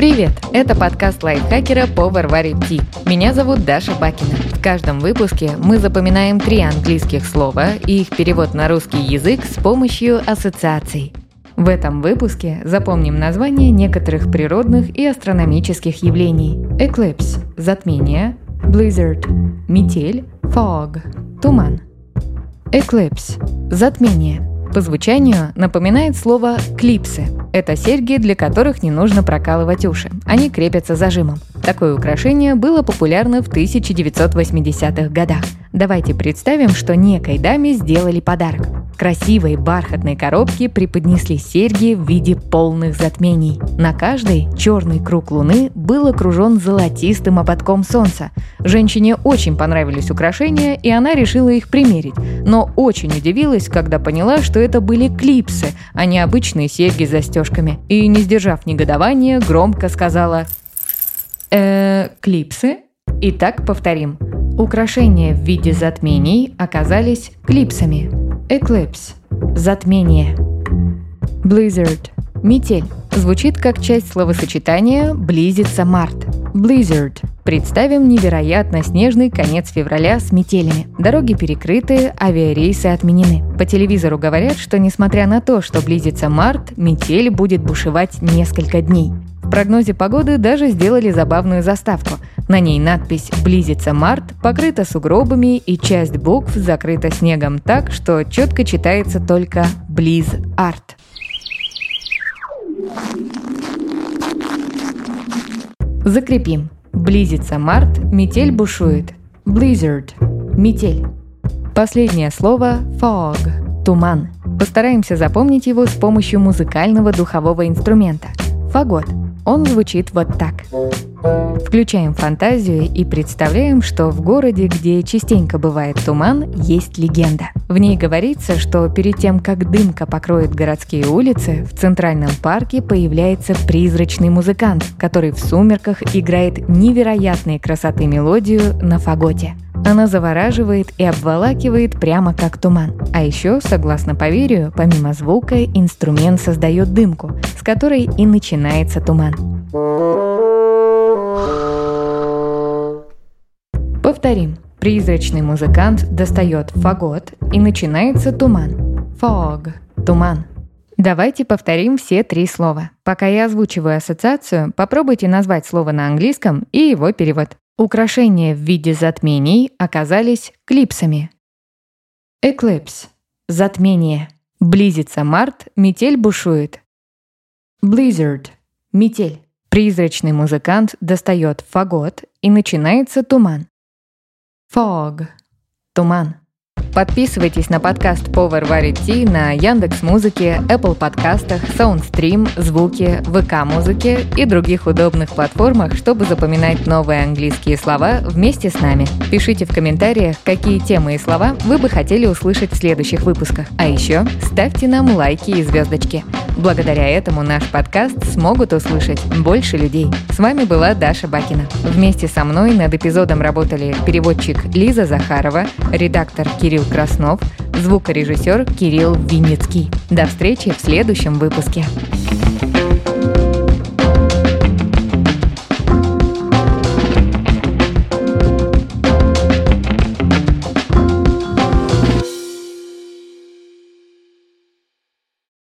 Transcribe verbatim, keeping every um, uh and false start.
Привет! Это подкаст лайфхакера по Варваре Ти. Меня зовут Даша Бакина. В каждом выпуске мы запоминаем три английских слова и их перевод на русский язык с помощью ассоциаций. В этом выпуске запомним названия некоторых природных и астрономических явлений. Eclipse – затмение, blizzard – метель, fog – туман. Eclipse – затмение. По звучанию напоминает слово «клипсы». Это серьги, для которых не нужно прокалывать уши. Они крепятся зажимом. Такое украшение было популярно в тысяча девятьсот восьмидесятых годах. Давайте представим, что некой даме сделали подарок. В красивой бархатной коробке преподнесли серьги в виде полных затмений. На каждой черный круг луны был окружен золотистым ободком солнца. Женщине очень понравились украшения, и она решила их примерить. Но очень удивилась, когда поняла, что это были клипсы, а не обычные серьги с застежками. И, не сдержав негодования, громко сказала «Э, клипсы?» Итак, повторим. Украшения в виде затмений оказались клипсами. Eclipse – затмение. Blizzard – метель. Звучит как часть словосочетания «близится март». Blizzard. Представим невероятно снежный конец февраля с метелями. Дороги перекрыты, авиарейсы отменены. По телевизору говорят, что несмотря на то, что близится март, метель будет бушевать несколько дней. В прогнозе погоды даже сделали забавную заставку. На ней надпись «Близится март», покрыта сугробами, и часть букв закрыта снегом так, что четко читается только «Близ-арт». Закрепим. Близится март, метель бушует. Blizzard – метель. Последнее слово fog – туман. Постараемся запомнить его с помощью музыкального духового инструмента – фагот. Он звучит вот так. Включаем фантазию и представляем, что в городе, где частенько бывает туман, есть легенда. В ней говорится, что перед тем, как дымка покроет городские улицы, в Центральном парке появляется призрачный музыкант, который в сумерках играет невероятной красоты мелодию на фаготе. Она завораживает и обволакивает прямо как туман. А еще, согласно поверью, помимо звука, инструмент создает дымку, с которой и начинается туман. Повторим. Призрачный музыкант достает фагот, и начинается туман. Fog – туман. Давайте повторим все три слова. Пока я озвучиваю ассоциацию, попробуйте назвать слово на английском и его перевод. Украшения в виде затмений оказались клипсами. Eclipse – затмение. Близится март, метель бушует. Blizzard – метель. Призрачный музыкант достает фагот, и начинается туман. Fog – туман. Подписывайтесь на подкаст по Варваре Ти на Яндекс.Музыке, Apple подкастах, Soundstream, Звуки, ВК-музыке и других удобных платформах, чтобы запоминать новые английские слова вместе с нами. Пишите в комментариях, какие темы и слова вы бы хотели услышать в следующих выпусках. А еще ставьте нам лайки и звездочки. Благодаря этому наш подкаст смогут услышать больше людей. С вами была Даша Бакина. Вместе со мной над эпизодом работали переводчик Лиза Захарова, редактор Кирилл Краснов, звукорежиссер Кирилл Винницкий. До встречи в следующем выпуске.